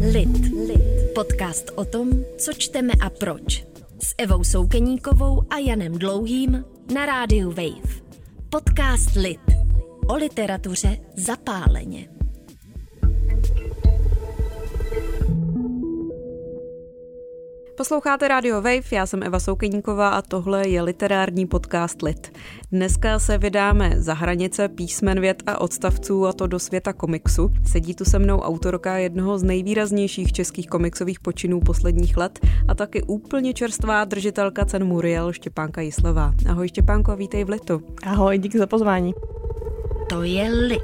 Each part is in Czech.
Lid. Podcast o tom, co čteme a proč. S Evou Soukeníkovou a Janem Dlouhým na rádiu Wave. Podcast Lid. O literatuře zapáleně. Posloucháte Radio Wave, já jsem Eva Soukeníková a tohle je literární podcast Lid. Dneska se vydáme za hranice písmen, vět a odstavců, a to do světa komiksu. Sedí tu se mnou autorka jednoho z nejvýraznějších českých komiksových počinů posledních let a taky úplně čerstvá držitelka cen Muriel Štěpánka Jislová. Ahoj Štěpánko, vítej v Lidu. Ahoj, díky za pozvání. To je Lid.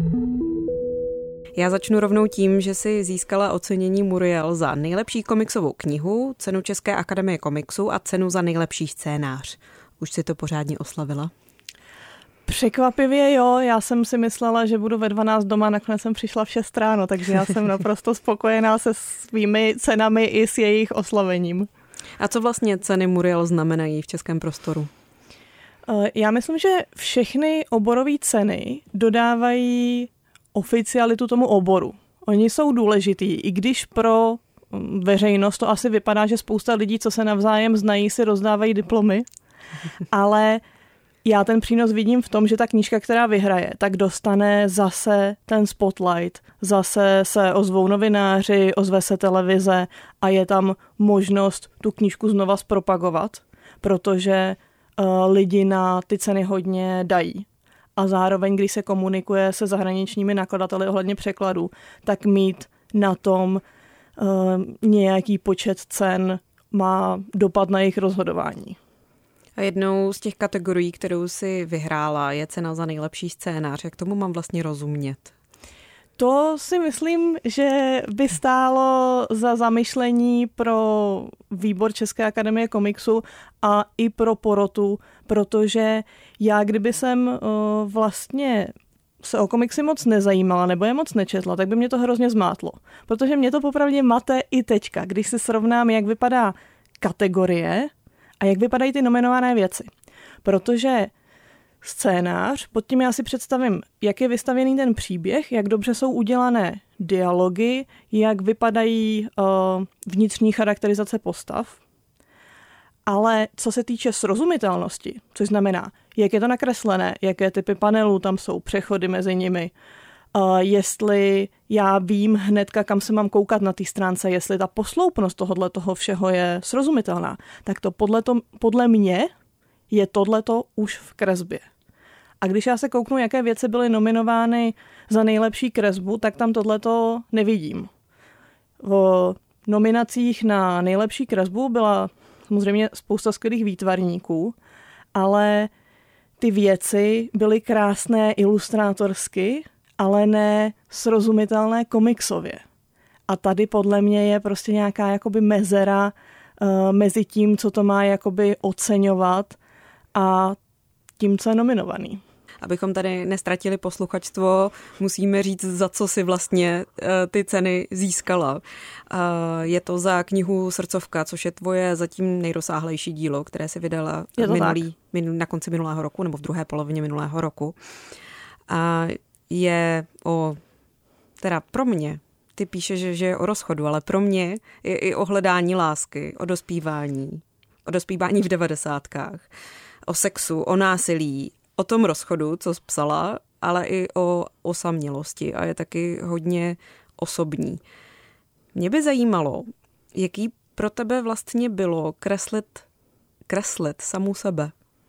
Já začnu rovnou tím, že si získala ocenění Muriel za nejlepší komiksovou knihu, cenu České akademie komiksu a cenu za nejlepší scénář. Už si to pořádně oslavila? Překvapivě jo, já jsem si myslela, že budu ve 12 doma, nakonec jsem přišla v 6 ráno, takže já jsem naprosto spokojená se svými cenami i s jejich oslavením. A co vlastně ceny Muriel znamenají v českém prostoru? Já myslím, že všechny oborové ceny dodávají oficialitu tomu oboru. Oni jsou důležitý, i když pro veřejnost to asi vypadá, že spousta lidí, co se navzájem znají, si rozdávají diplomy, ale já ten přínos vidím v tom, že ta knížka, která vyhraje, tak dostane zase ten spotlight, zase se ozvou novináři, ozve se televize a je tam možnost tu knížku znova zpropagovat, protože lidi na ty ceny hodně dají. A zároveň, když se komunikuje se zahraničními nakladateli ohledně překladů, tak mít na tom nějaký počet cen má dopad na jejich rozhodování. A jednou z těch kategorií, kterou si vyhrála, je cena za nejlepší scénář. Jak tomu mám vlastně rozumět? To si myslím, že by stálo za zamyšlení pro výbor České akademie komiksu a i pro porotu, protože já, kdyby jsem vlastně se o komiksy moc nezajímala nebo je moc nečetla, tak by mě to hrozně zmátlo. Protože mě to popravdě mate i teďka, když si srovnám, jak vypadá kategorie a jak vypadají ty nominované věci. Protože scénář, pod tím já si představím, jak je vystavěný ten příběh, jak dobře jsou udělané dialogy, jak vypadají vnitřní charakterizace postav. Ale co se týče srozumitelnosti, což znamená, jak je to nakreslené, jaké typy panelů tam jsou, přechody mezi nimi, jestli já vím hnedka, kam se mám koukat na té stránce, jestli ta posloupnost toho všeho je srozumitelná, tak to podle mě je tohleto už v kresbě. A když já se kouknu, jaké věci byly nominovány za nejlepší kresbu, tak tam tohleto nevidím. V nominacích na nejlepší kresbu byla samozřejmě spousta skvělých výtvarníků, ale ty věci byly krásné ilustrátorsky, ale ne srozumitelné komiksově. A tady podle mě je prostě nějaká jakoby mezera mezi tím, co to má jakoby oceňovat a tím, co je nominovaný. Abychom tady nestratili posluchačstvo, musíme říct, za co si vlastně ty ceny získala. Je to za knihu Srdcovka, což je tvoje zatím nejrozsáhlejší dílo, které si vydala na konci minulého roku nebo v druhé polovině minulého roku. A je pro mě, ty píšeš, že je o rozchodu, ale pro mě je i o hledání lásky, o dospívání v 90kách, o sexu, o násilí, o tom rozchodu, co jsi psala, ale i o osamělosti a je taky hodně osobní. Mě by zajímalo, jaký pro tebe vlastně bylo kreslit samu sebe.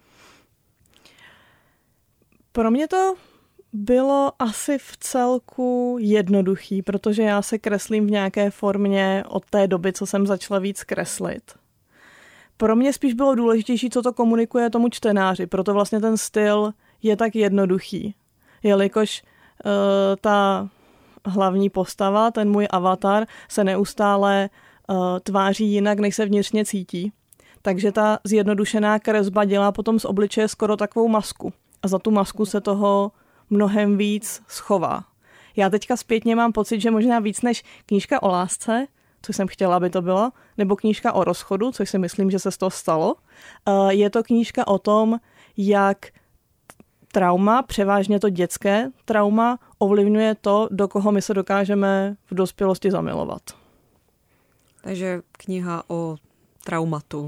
Pro mě to bylo asi v celku jednoduchý, protože já se kreslím v nějaké formě od té doby, co jsem začala víc kreslit. Pro mě spíš bylo důležitější, co to komunikuje tomu čtenáři, proto vlastně ten styl je tak jednoduchý. Jelikož ta hlavní postava, ten můj avatar, se neustále tváří jinak, než se vnitřně cítí. Takže ta zjednodušená kresba dělá potom z obličeje skoro takovou masku. A za tu masku se toho mnohem víc schová. Já teďka zpětně mám pocit, že možná víc než knížka o lásce, což jsem chtěla, aby to bylo, nebo knížka o rozchodu, což si myslím, že se z toho stalo. Je to knížka o tom, jak trauma, převážně to dětské trauma, ovlivňuje to, do koho my se dokážeme v dospělosti zamilovat. Takže kniha o traumatu.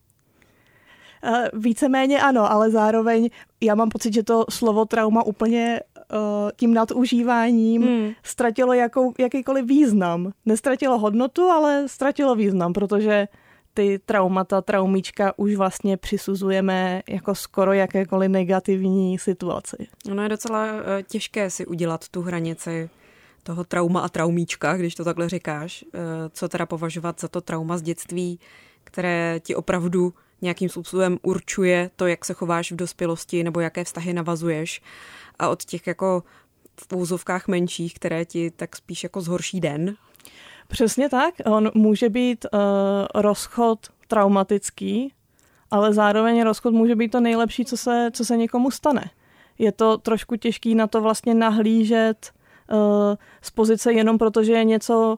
Víceméně ano, ale zároveň já mám pocit, že to slovo trauma úplně tím nadužíváním ztratilo jakýkoliv význam. Nestratilo hodnotu, ale ztratilo význam, protože ty traumata, traumíčka už vlastně přisuzujeme jako skoro jakékoliv negativní situaci. Ono je docela těžké si udělat tu hranici toho trauma a traumíčka, když to takhle říkáš. Co teda považovat za to trauma z dětství, které ti opravdu nějakým způsobem určuje to, jak se chováš v dospělosti nebo jaké vztahy navazuješ, a od těch jako v úzovkách menších, které ti tak spíš jako zhorší den. Přesně tak. On může být rozchod traumatický, ale zároveň rozchod může být to nejlepší, co se někomu stane. Je to trošku těžký na to vlastně nahlížet z pozice jenom protože je něco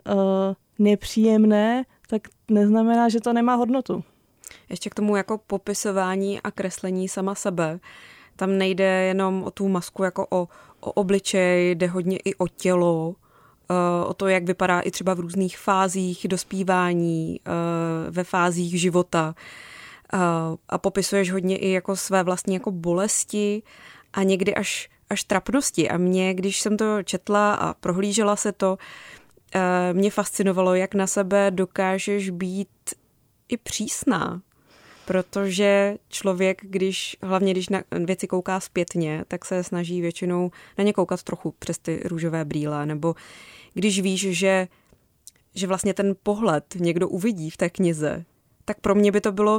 nepříjemné, tak neznamená, že to nemá hodnotu. Ještě k tomu jako popisování a kreslení sama sebe. Tam nejde jenom o tu masku jako o obličej, jde hodně i o tělo, o to, jak vypadá i třeba v různých fázích dospívání, ve fázích života. A popisuješ hodně i jako své vlastní jako bolesti a někdy až trapnosti. A mě, když jsem to četla a prohlížela se to, mě fascinovalo, jak na sebe dokážeš být i přísná. Protože člověk, hlavně když na věci kouká zpětně, tak se snaží většinou na ně koukat trochu přes ty růžové brýle. Nebo když víš, že vlastně ten pohled někdo uvidí v té knize, tak pro mě by to bylo,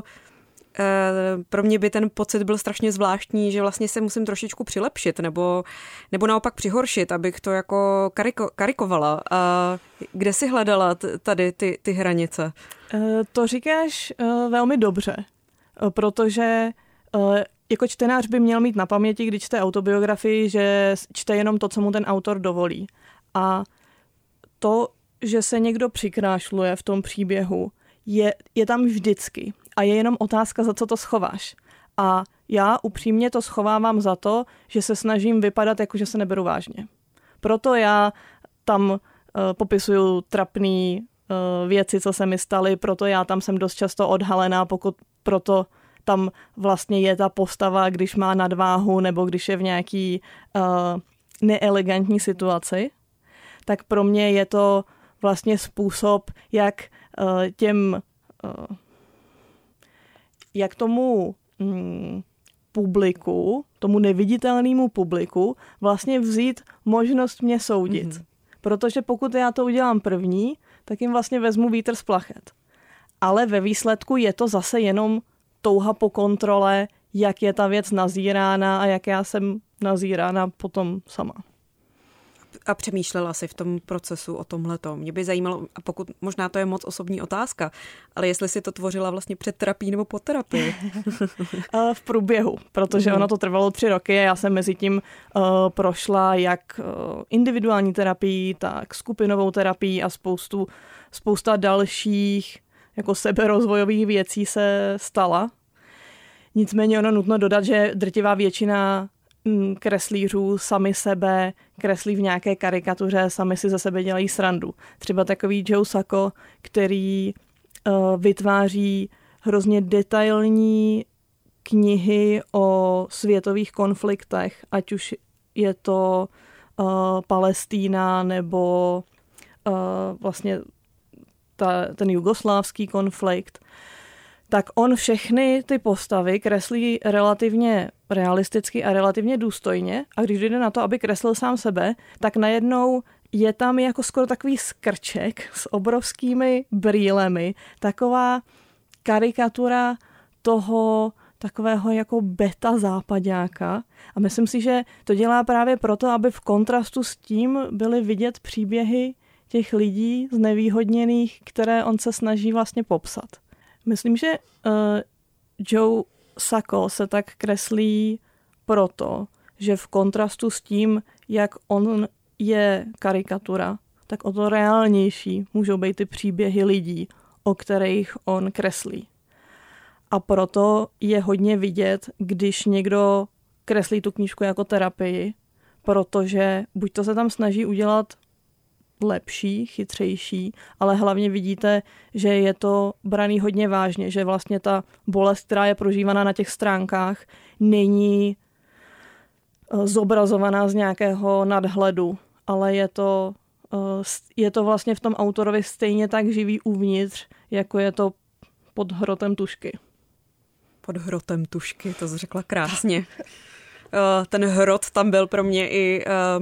pro mě by ten pocit byl strašně zvláštní, že vlastně se musím trošičku přilepšit nebo naopak přihoršit, abych to jako karikovala. A kde jsi hledala tady ty hranice? To říkáš velmi dobře, protože jako čtenář by měl mít na paměti, když čte autobiografii, že čte jenom to, co mu ten autor dovolí. A to, že se někdo přikrášluje v tom příběhu, je tam vždycky. A je jenom otázka, za co to schováš. A já upřímně to schovávám za to, že se snažím vypadat, jako že se neberu vážně. Proto já tam popisuju trapný věci, co se mi staly, proto já tam jsem dost často odhalená, proto tam vlastně je ta postava, když má nadváhu nebo když je v nějaký neelegantní situaci, tak pro mě je to vlastně způsob, jak tomu publiku, tomu neviditelnému publiku vlastně vzít možnost mě soudit. Mm-hmm. Protože pokud já to udělám první, tak jim vlastně vezmu vítr z plachet. Ale ve výsledku je to zase jenom touha po kontrole, jak je ta věc nazírána a jak já jsem nazírána potom sama. A přemýšlela jsi v tom procesu o tomhletom? Mě by zajímalo, a pokud možná to je moc osobní otázka, ale jestli jsi to tvořila vlastně před terapií nebo po terapii? V průběhu, protože ono to trvalo 3 roky a já jsem mezi tím prošla jak individuální terapii, tak skupinovou terapii a spousta dalších jako seberozvojových věcí se stala. Nicméně ono nutno dodat, že drtivá většina kreslířů sami sebe kreslí v nějaké karikatuře, sami si ze sebe dělají srandu. Třeba takový Joe Sacco, který vytváří hrozně detailní knihy o světových konfliktech, ať už je to Palestína nebo vlastně ten jugoslávský konflikt, tak on všechny ty postavy kreslí relativně realisticky a relativně důstojně a když jde na to, aby kreslil sám sebe, tak najednou je tam jako skoro takový skrček s obrovskými brýlemi, taková karikatura toho takového jako beta zápaďáka a myslím si, že to dělá právě proto, aby v kontrastu s tím byly vidět příběhy těch lidí znevýhodněných, které on se snaží vlastně popsat. Myslím, že Joe Sacco se tak kreslí proto, že v kontrastu s tím, jak on je karikatura, tak o to reálnější můžou být ty příběhy lidí, o kterých on kreslí. A proto je hodně vidět, když někdo kreslí tu knížku jako terapii, protože buď to se tam snaží udělat lepší, chytřejší, ale hlavně vidíte, že je to braný hodně vážně, že vlastně ta bolest, která je prožívaná na těch stránkách, není zobrazovaná z nějakého nadhledu, ale je to vlastně v tom autorovi stejně tak živý uvnitř, jako je to pod hrotem tužky. Pod hrotem tužky, to jsi řekla krásně. Ten hrot tam byl pro mě i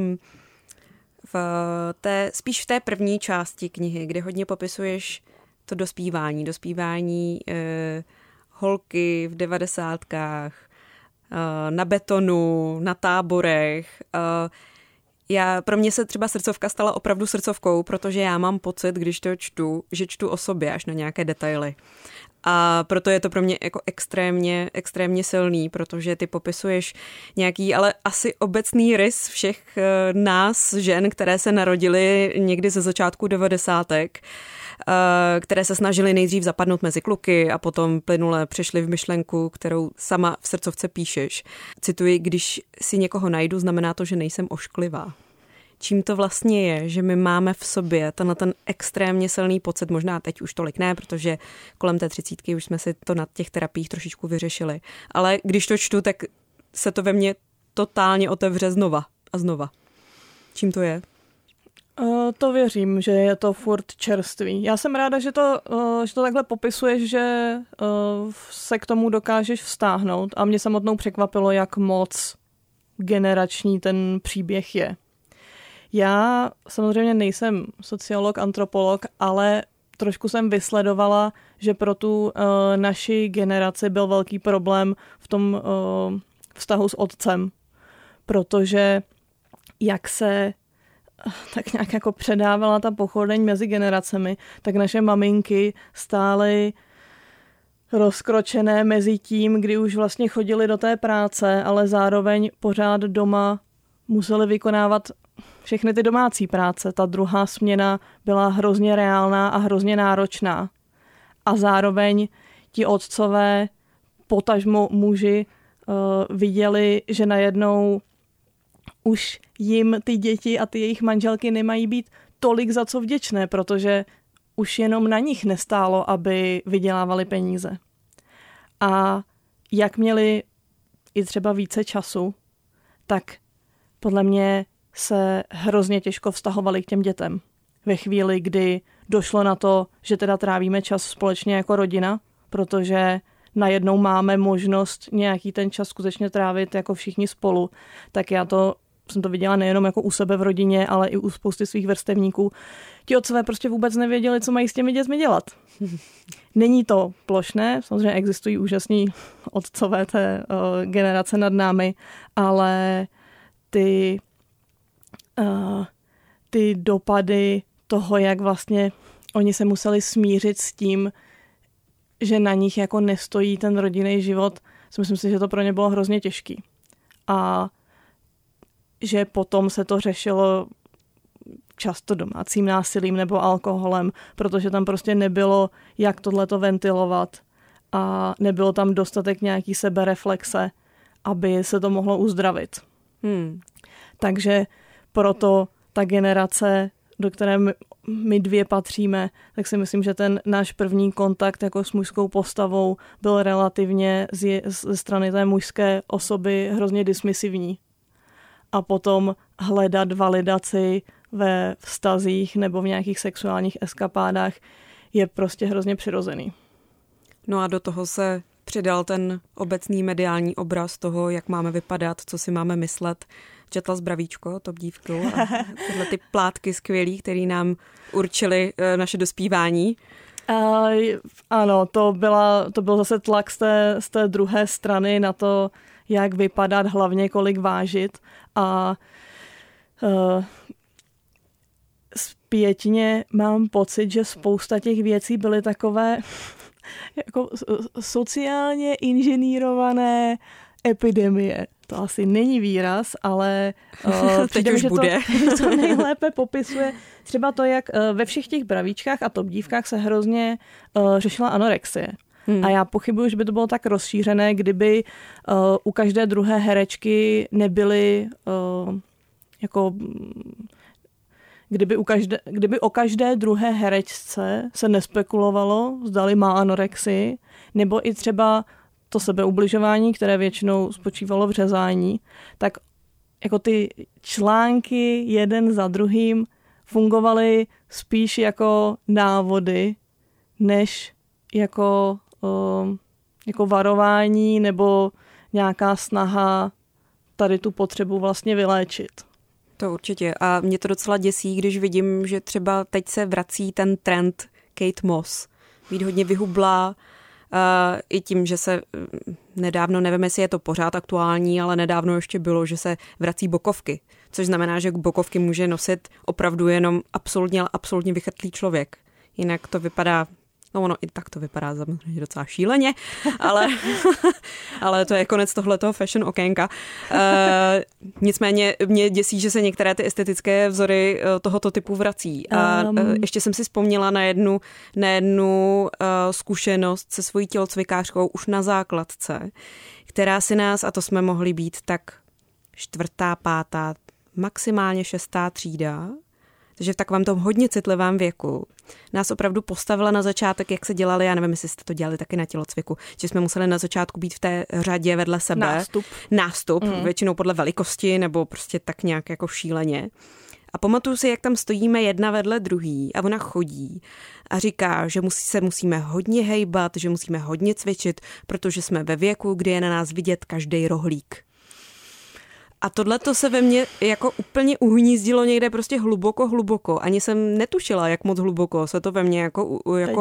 spíš v té první části knihy, kde hodně popisuješ to dospívání holky v 90kách, na betonu, na táborech. Pro mě se třeba srdcovka stala opravdu srdcovkou, protože já mám pocit, když to čtu, že čtu o sobě až na nějaké detaily. A proto je to pro mě jako extrémně silný, protože ty popisuješ nějaký, ale asi obecný rys všech nás, žen, které se narodily někdy ze začátku 90. Které se snažily nejdřív zapadnout mezi kluky a potom plynule přešly v myšlenku, kterou sama v srdcovce píšeš. Cituji, když si někoho najdu, znamená to, že nejsem ošklivá. Čím to vlastně je, že my máme v sobě ten extrémně silný pocit, možná teď už tolik ne, protože kolem té 30 už jsme si to na těch terapiích trošičku vyřešili. Ale když to čtu, tak se to ve mně totálně otevře znova a znova. Čím to je? To věřím, že je to furt čerstvý. Já jsem ráda, že to takhle popisuješ, že se k tomu dokážeš vztáhnout a mě samotnou překvapilo, jak moc generační ten příběh je. Já samozřejmě nejsem sociolog, antropolog, ale trošku jsem vysledovala, že pro tu naši generaci byl velký problém v tom vztahu s otcem, protože jak se tak nějak jako předávala ta pochodeň mezi generacemi, tak naše maminky stály rozkročené mezi tím, kdy už vlastně chodili do té práce, ale zároveň pořád doma museli vykonávat všechny ty domácí práce. Ta druhá směna byla hrozně reálná a hrozně náročná. A zároveň ti otcové, potažmo muži, viděli, že najednou už jim ty děti a ty jejich manželky nemají být tolik za co vděčné, protože už jenom na nich nestálo, aby vydělávali peníze. A jak měli i třeba více času, tak podle mě se hrozně těžko vztahovali k těm dětem. Ve chvíli, kdy došlo na to, že teda trávíme čas společně jako rodina, protože najednou máme možnost nějaký ten čas skutečně trávit jako všichni spolu, tak jsem to viděla nejenom jako u sebe v rodině, ale i u spousty svých vrstevníků. Ti otcové prostě vůbec nevěděli, co mají s těmi dětmi dělat. Není to plošné, samozřejmě existují úžasní otcové té generace nad námi, ale ty dopady toho, jak vlastně oni se museli smířit s tím, že na nich jako nestojí ten rodinný život, myslím si, že to pro ně bylo hrozně těžký. A že potom se to řešilo často domácím násilím nebo alkoholem, protože tam prostě nebylo, jak tohleto ventilovat a nebylo tam dostatek nějaký sebereflexe, aby se to mohlo uzdravit. Takže proto ta generace, do které my dvě patříme, tak si myslím, že ten náš první kontakt jako s mužskou postavou byl relativně ze strany té mužské osoby hrozně dismisivní. A potom hledat validaci ve vztazích nebo v nějakých sexuálních eskapádách je prostě hrozně přirozený. No a do toho se přidal ten obecný mediální obraz toho, jak máme vypadat, co si máme myslet. Četla Zdravíčko, Top dívku a tyhle ty plátky skvělý, které nám určily naše dospívání. Ano, to byl zase tlak z té druhé strany na to, jak vypadat, hlavně kolik vážit. A zpětně mám pocit, že spousta těch věcí byly takové jako sociálně inženýrované epidemie. To asi není výraz, ale teď už bude. To nejlépe popisuje třeba to, jak ve všech těch Bravíčkách a Top dívkách se hrozně řešila anorexie. A já pochybuji, že by to bylo tak rozšířené, kdyby u každé druhé herečky nebyly jako kdyby o každé druhé herečce se nespekulovalo, zdali má anorexii, nebo i třeba to sebeubližování, které většinou spočívalo v řezání, tak jako ty články jeden za druhým fungovaly spíš jako návody, než jako varování nebo nějaká snaha tady tu potřebu vlastně vyléčit. To určitě. A mě to docela děsí, když vidím, že třeba teď se vrací ten trend Kate Moss. Být hodně vyhublá, i tím, že se nedávno, nevím, jestli je to pořád aktuální, ale nedávno ještě bylo, že se vrací bokovky. Což znamená, že bokovky může nosit opravdu jenom absolutně vychrtlý člověk. Jinak to vypadá, no ono i tak to vypadá samozřejmě docela šíleně, ale to je konec tohletoho fashion okénka. Nicméně mě děsí, že se některé ty estetické vzory tohoto typu vrací. A ještě jsem si vzpomněla na jednu zkušenost se svojí tělocvikářkou už na základce, která si nás, a to jsme mohli být tak 4., 5., maximálně 6. třída, takže v takovém tom hodně citlivém věku nás opravdu postavila na začátek, jak se dělali, já nevím, jestli jste to dělali taky na tělocviku, že jsme museli na začátku být v té řadě vedle sebe. Nástup, většinou podle velikosti nebo prostě tak nějak jako šíleně. A pamatuju si, jak tam stojíme jedna vedle druhý a ona chodí a říká, že se musíme hodně hejbat, že musíme hodně cvičit, protože jsme ve věku, kdy je na nás vidět každej rohlík. A tohle to se ve mně jako úplně uhnízdilo někde prostě hluboko. Ani jsem netušila, jak moc hluboko se to ve mně jako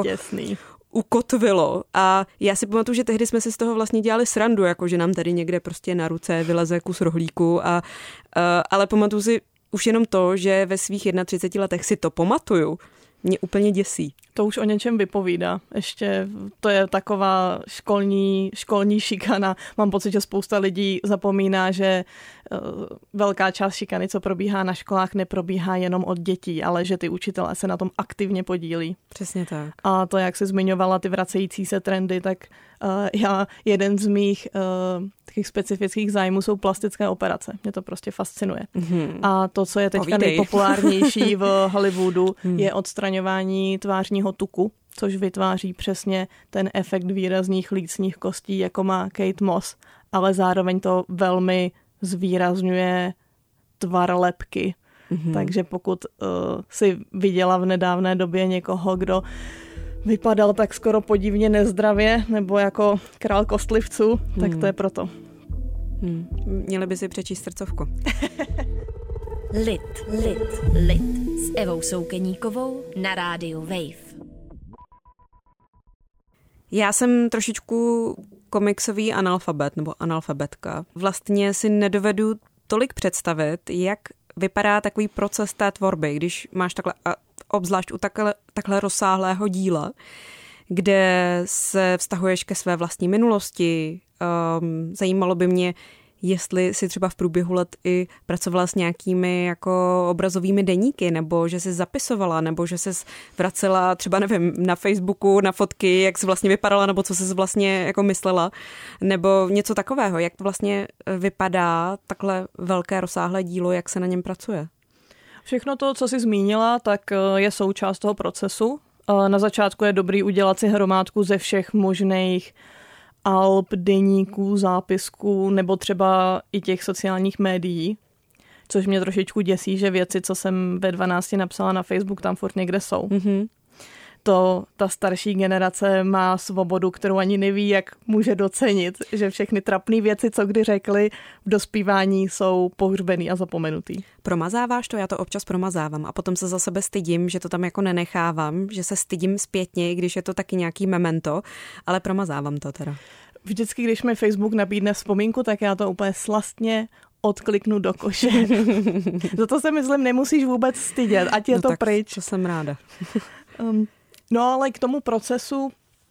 ukotvilo. A já si pamatuju, že tehdy jsme si z toho vlastně dělali srandu, jako že nám tady někde prostě na ruce vyleze kus rohlíku. Ale pamatuju si už jenom to, že ve svých 31 letech si to pamatuju, mě úplně děsí. To už o něčem vypovídá. Ještě to je taková školní šikana. Mám pocit, že spousta lidí zapomíná, že velká část šikany, co probíhá na školách, neprobíhá jenom od dětí, ale že ty učitelé se na tom aktivně podílí. Přesně tak. A to, jak jsi zmiňovala ty vracející se trendy, tak jeden z mých takových specifických zájmů jsou plastické operace. Mě to prostě fascinuje. Mm-hmm. A to, co je teďka nejpopulárnější v Hollywoodu, je odstraňování tvářního tuku, což vytváří přesně ten efekt výrazných lícních kostí, jako má Kate Moss, ale zároveň to velmi zvýrazňuje tvar lebky. Mm-hmm. Takže pokud si viděla v nedávné době někoho, kdo vypadal tak skoro podivně nezdravě, nebo jako král kostlivců, tak to je proto. Měli by si přečíst srdcovku. Lid s Evou Soukeníkovou na rádiu Wave. Já jsem trošičku komiksový analfabet nebo analfabetka. Vlastně si nedovedu tolik představit, jak vypadá takový proces té tvorby, když máš takhle, obzvlášť u takhle rozsáhlého díla, kde se vztahuješ ke své vlastní minulosti. Zajímalo by mě, jestli si třeba v průběhu let i pracovala s nějakými jako obrazovými deníky, nebo že jsi zapisovala, nebo že jsi vracela třeba, nevím, na Facebooku, na fotky, jak jsi vlastně vypadala, nebo co jsi vlastně jako myslela, nebo něco takového. Jak to vlastně vypadá takhle velké rozsáhlé dílo, jak se na něm pracuje? Všechno to, co jsi zmínila, tak je součást toho procesu. Na začátku je dobrý udělat si hromádku ze všech možných alb, deníků, zápisků nebo třeba i těch sociálních médií, což mě trošičku děsí, že věci, co jsem ve 12 napsala na Facebook, tam furt někde jsou. Mm-hmm. Ta starší generace má svobodu, kterou ani neví, jak může docenit, že všechny trapné věci, co kdy řekli, v dospívání jsou pohřbený a zapomenutý. Promazáváš to? Já to občas promazávám a potom se za sebe stydím, že to tam jako nenechávám, že se stydím zpětně, když je to taky nějaký memento, ale promazávám to teda. Vždycky, když mi Facebook nabídne vzpomínku, tak já to úplně slastně odkliknu do koše. Za to se myslím, nemusíš vůbec stydět, ať je to tak pryč. To jsem ráda. No ale k tomu procesu,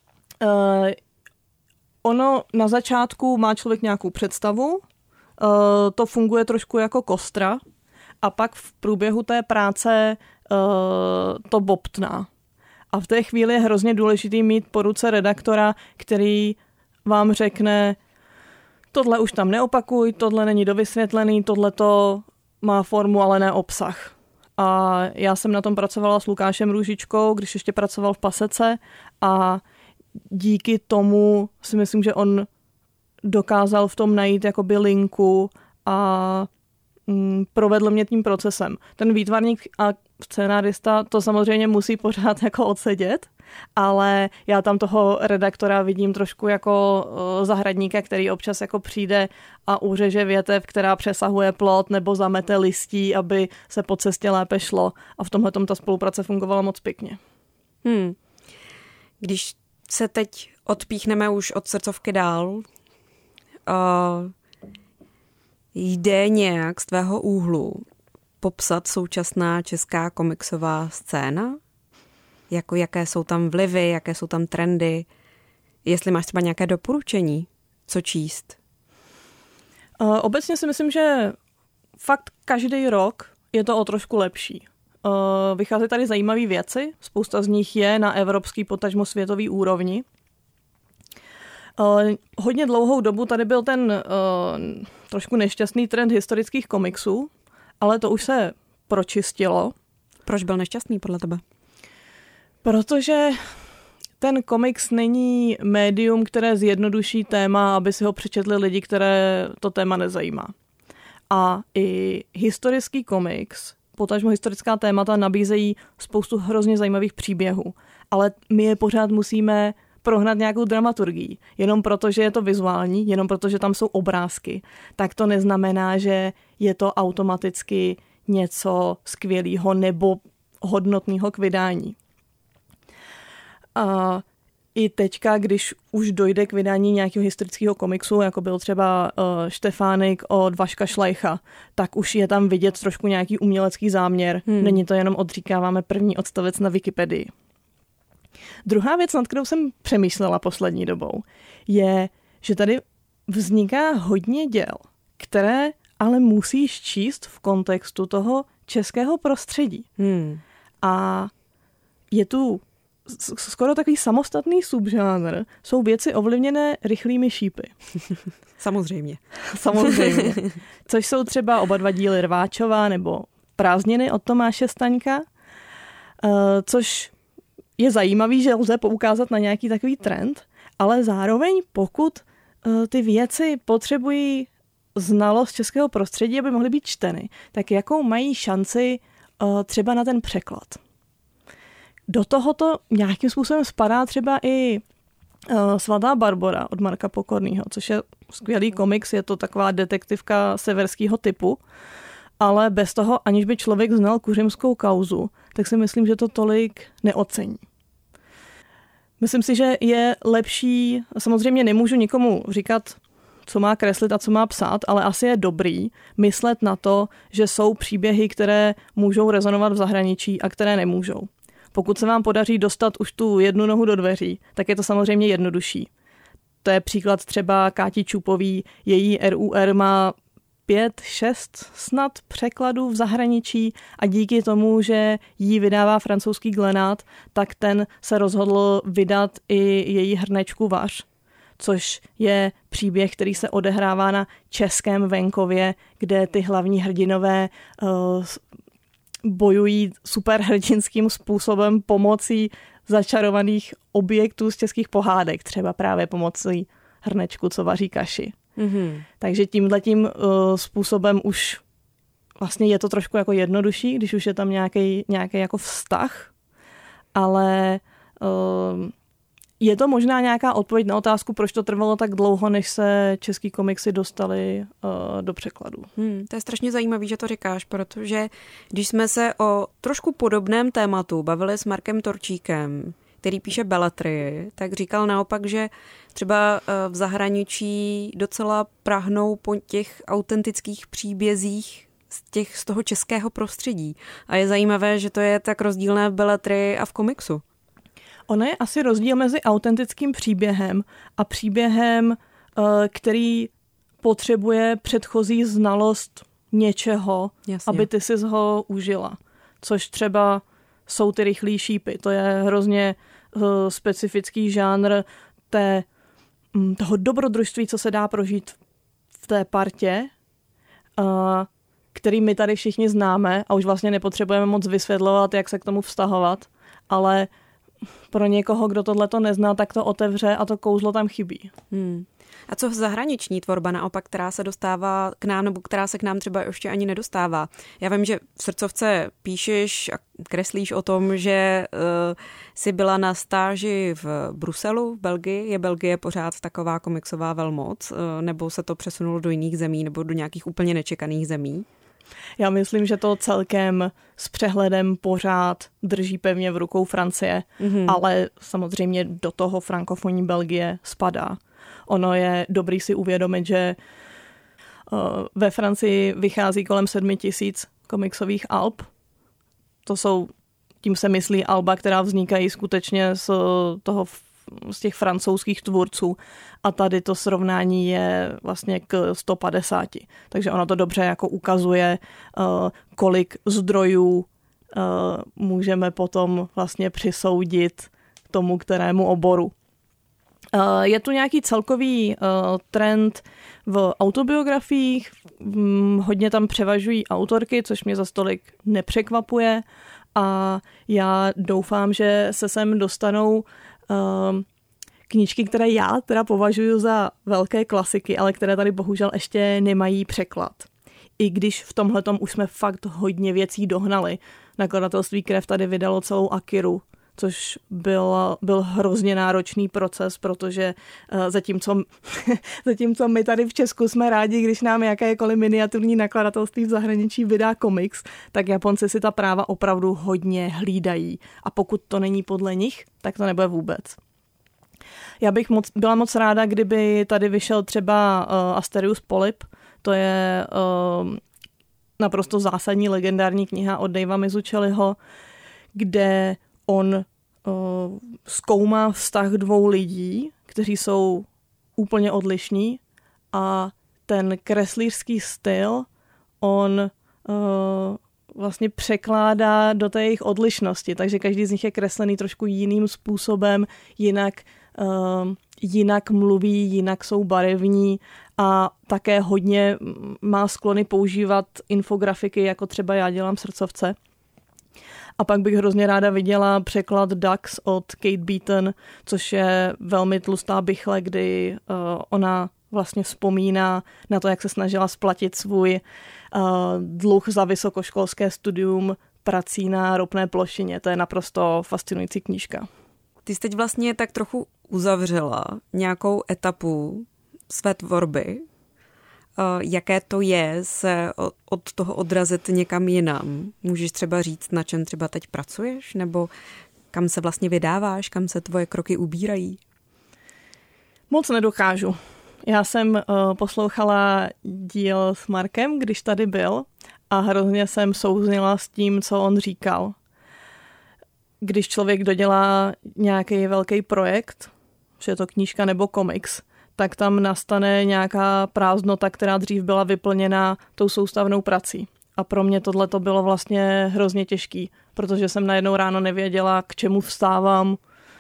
ono na začátku má člověk nějakou představu, to funguje trošku jako kostra a pak v průběhu té práce to bobtná. A v té chvíli je hrozně důležitý mít po ruce redaktora, který vám řekne, tohle už tam neopakuj, tohle není dovysvětlený, tohle to má formu, ale ne obsah. A já jsem na tom pracovala s Lukášem Růžičkou, když ještě pracoval v Pasece a díky tomu si myslím, že on dokázal v tom najít jakoby linku a provedl mě tím procesem. Ten výtvarník a scénárista to samozřejmě musí pořád jako odsedět, ale já tam toho redaktora vidím trošku jako zahradníka, který občas jako přijde a uřeže větev, která přesahuje plot nebo zamete listí, aby se po cestě lépe šlo. A v tomhletom ta spolupráce fungovala moc pěkně. Když se teď odpíchneme už od srdcovky dál, jde nějak z tvého úhlu popsat současná česká komiksová scéna? Jako jaké jsou tam vlivy, jaké jsou tam trendy? Jestli máš třeba nějaké doporučení, co číst? Obecně si myslím, že fakt každý rok je to o trošku lepší. Vychází tady zajímavé věci, spousta z nich je na evropský, potažmo světový úrovni. Hodně dlouhou dobu tady byl ten trošku nešťastný trend historických komiksů, ale to už se pročistilo. Proč byl nešťastný podle tebe? Protože ten komiks není médium, které zjednoduší téma, aby si ho přečetli lidi, které to téma nezajímá. A i historický komiks, potažmo historická témata nabízejí spoustu hrozně zajímavých příběhů, ale my je pořád musíme prohnat nějakou dramaturgií. Jenom proto, že je to vizuální, jenom proto, že tam jsou obrázky, tak to neznamená, že je to automaticky něco skvělého nebo hodnotného k vydání. A i teďka, když už dojde k vydání nějakého historického komiksu, jako byl třeba Štefánik od Vaška Šlejcha, tak už je tam vidět trošku nějaký umělecký záměr. Není to jenom odříkáváme první odstavec na Wikipedii. Druhá věc, nad kterou jsem přemýšlela poslední dobou, je, že tady vzniká hodně děl, které ale musíš číst v kontextu toho českého prostředí. A je tu skoro takový samostatný subžánr, jsou věci ovlivněné rychlými šípy. Samozřejmě. Samozřejmě. Což jsou třeba oba dva díly Rváčova nebo Prázdniny od Tomáše Staňka, což je zajímavý, že lze poukázat na nějaký takový trend, ale zároveň pokud ty věci potřebují znalost českého prostředí, aby mohly být čteny, tak jakou mají šanci třeba na ten překlad. Do tohoto nějakým způsobem spadá třeba i Svatá Barbora od Marka Pokornýho, což je skvělý komiks, je to taková detektivka severského typu, ale bez toho, aniž by člověk znal kuřimskou kauzu, tak si myslím, že to tolik neocení. Myslím si, že je lepší, samozřejmě nemůžu nikomu říkat, co má kreslit a co má psát, ale asi je dobrý myslet na to, že jsou příběhy, které můžou rezonovat v zahraničí a které nemůžou. Pokud se vám podaří dostat už tu jednu nohu do dveří, tak je to samozřejmě jednodušší. To je příklad třeba Káti Čupový, její RUR má 5-6 snad překladů v zahraničí a díky tomu, že jí vydává francouzský Glénat, tak ten se rozhodl vydat i její Hrnečku Vař, což je příběh, který se odehrává na českém venkově, kde ty hlavní hrdinové bojují superhrdinským způsobem pomocí začarovaných objektů z českých pohádek, třeba právě pomocí hrnečku, co vaří kaši. Takže tímhletím způsobem už vlastně je to trošku jako jednodušší, když už je tam nějaký jako vztah, ale je to možná nějaká odpověď na otázku, proč to trvalo tak dlouho, než se český komiksy dostaly do překladu. To je strašně zajímavý, že to říkáš, protože když jsme se o trošku podobném tématu bavili s Markem Torčíkem, který píše beletrii, tak říkal naopak, že třeba v zahraničí docela prahnou po těch autentických příbězích z toho českého prostředí. A je zajímavé, že to je tak rozdílné v beletrii a v komiksu. Ono je asi rozdíl mezi autentickým příběhem a příběhem, který potřebuje předchozí znalost něčeho, jasně, aby ty si ho užila. Což třeba jsou ty rychlý šípy. To je hrozně specifický žánr toho dobrodružství, co se dá prožít v té partě. který my tady všichni známe a už vlastně nepotřebujeme moc vysvětlovat, jak se k tomu vztahovat, ale pro někoho, kdo tohleto nezná, tak to otevře a to kouzlo tam chybí. A co zahraniční tvorba naopak, která se dostává k nám, nebo která se k nám třeba ještě ani nedostává? Já vím, že v Srdcovce píšeš a kreslíš o tom, že jsi byla na stáži v Bruselu, v Belgii. Je Belgie pořád taková komiksová velmoc? Nebo se to přesunulo do jiných zemí nebo do nějakých úplně nečekaných zemí? Já myslím, že to celkem s přehledem pořád drží pevně v rukou Francie, ale samozřejmě do toho frankofonní Belgie spadá. Ono je dobrý si uvědomit, že ve Francii vychází kolem 7 000 komiksových alb. Tím se myslí alba, která vznikají skutečně z těch francouzských tvůrců. A tady to srovnání je vlastně k 150. Takže ono to dobře jako ukazuje, kolik zdrojů můžeme potom vlastně přisoudit tomu, kterému oboru. Je tu nějaký celkový trend v autobiografiích, hodně tam převažují autorky, což mě zas tolik nepřekvapuje a já doufám, že se sem dostanou knížky, které já teda považuji za velké klasiky, ale které tady bohužel ještě nemají překlad. I když v tomhletom už jsme fakt hodně věcí dohnali. Nakladatelství Krev tady vydalo celou Akiru, což byl hrozně náročný proces, protože zatímco my tady v Česku jsme rádi, když nám jakékoliv miniaturní nakladatelství v zahraničí vydá komiks, tak Japonci si ta práva opravdu hodně hlídají. A pokud to není podle nich, tak to nebude vůbec. Já bych byla moc ráda, kdyby tady vyšel třeba Asterius Polyp. To je naprosto zásadní legendární kniha od Davea Mazzucchelliho, kde on zkoumá vztah dvou lidí, kteří jsou úplně odlišní a ten kreslířský styl on vlastně překládá do té jejich odlišnosti, takže každý z nich je kreslený trošku jiným způsobem, jinak mluví, jinak jsou barevní a také hodně má sklony používat infografiky, jako třeba já dělám v Srdcovce. A pak bych hrozně ráda viděla překlad Dax od Kate Beaton, což je velmi tlustá bychle, kdy ona vlastně vzpomíná na to, jak se snažila splatit svůj dluh za vysokoškolské studium prací na ropné plošině. To je naprosto fascinující knížka. Ty jsi teď vlastně tak trochu uzavřela nějakou etapu své tvorby. Jaké to je se od toho odrazit někam jinam? Můžeš třeba říct, na čem třeba teď pracuješ? Nebo kam se vlastně vydáváš? Kam se tvoje kroky ubírají? Moc nedokážu. Já jsem poslouchala díl s Markem, když tady byl a hrozně jsem souznila s tím, co on říkal. Když člověk dodělá nějaký velký projekt, že je to knížka nebo komiks, tak tam nastane nějaká prázdnota, která dřív byla vyplněna tou soustavnou prací. A pro mě tohle to bylo vlastně hrozně těžký, protože jsem najednou ráno nevěděla, k čemu vstávám,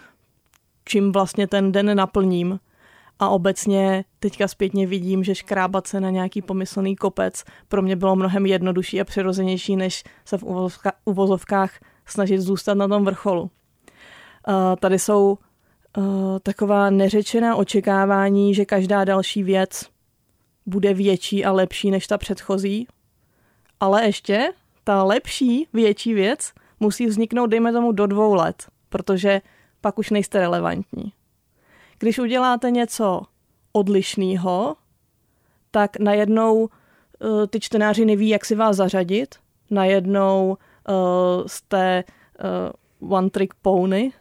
čím vlastně ten den naplním. A obecně teďka zpětně vidím, že škrábat se na nějaký pomyslný kopec pro mě bylo mnohem jednodušší a přirozenější, než se v uvozovkách snažit zůstat na tom vrcholu. Tady jsou taková neřečená očekávání, že každá další věc bude větší a lepší než ta předchozí, ale ještě ta lepší, větší věc musí vzniknout, dejme tomu, do 2 let, protože pak už nejste relevantní. Když uděláte něco odlišného, tak najednou ty čtenáři neví, jak si vás zařadit, najednou jste one trick pony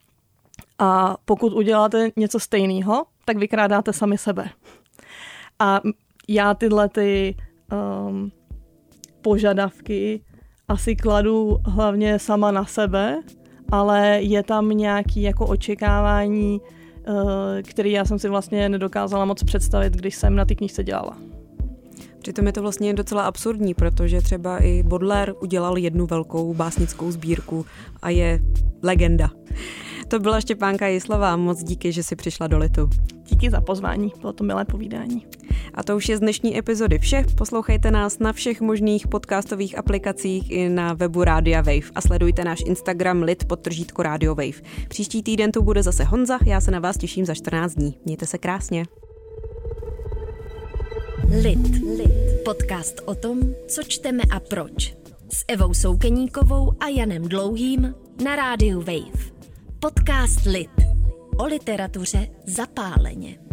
a pokud uděláte něco stejného, tak vykrádáte sami sebe. A já tyhle požadavky asi kladu hlavně sama na sebe, ale je tam nějaké jako očekávání, který já jsem si vlastně nedokázala moc představit, když jsem na ty knížce dělala. Přitom je to vlastně docela absurdní, protože třeba i Baudelaire udělal jednu velkou básnickou sbírku a je legenda. To byla Štěpánka Jislová, moc díky, že jsi přišla do Litu. Díky za pozvání, bylo to milé povídání. A to už je z dnešní epizody vše. Poslouchejte nás na všech možných podcastových aplikacích i na webu Rádia Wave a sledujte náš Instagram lit_Radio Wave. Příští týden tu bude zase Honza, já se na vás těším za 14 dní. Mějte se krásně. Lit. Podcast o tom, co čteme a proč. S Evou Soukeníkovou a Janem Dlouhým na rádiu Wave. Podcast Lit. O literatuře zapáleně.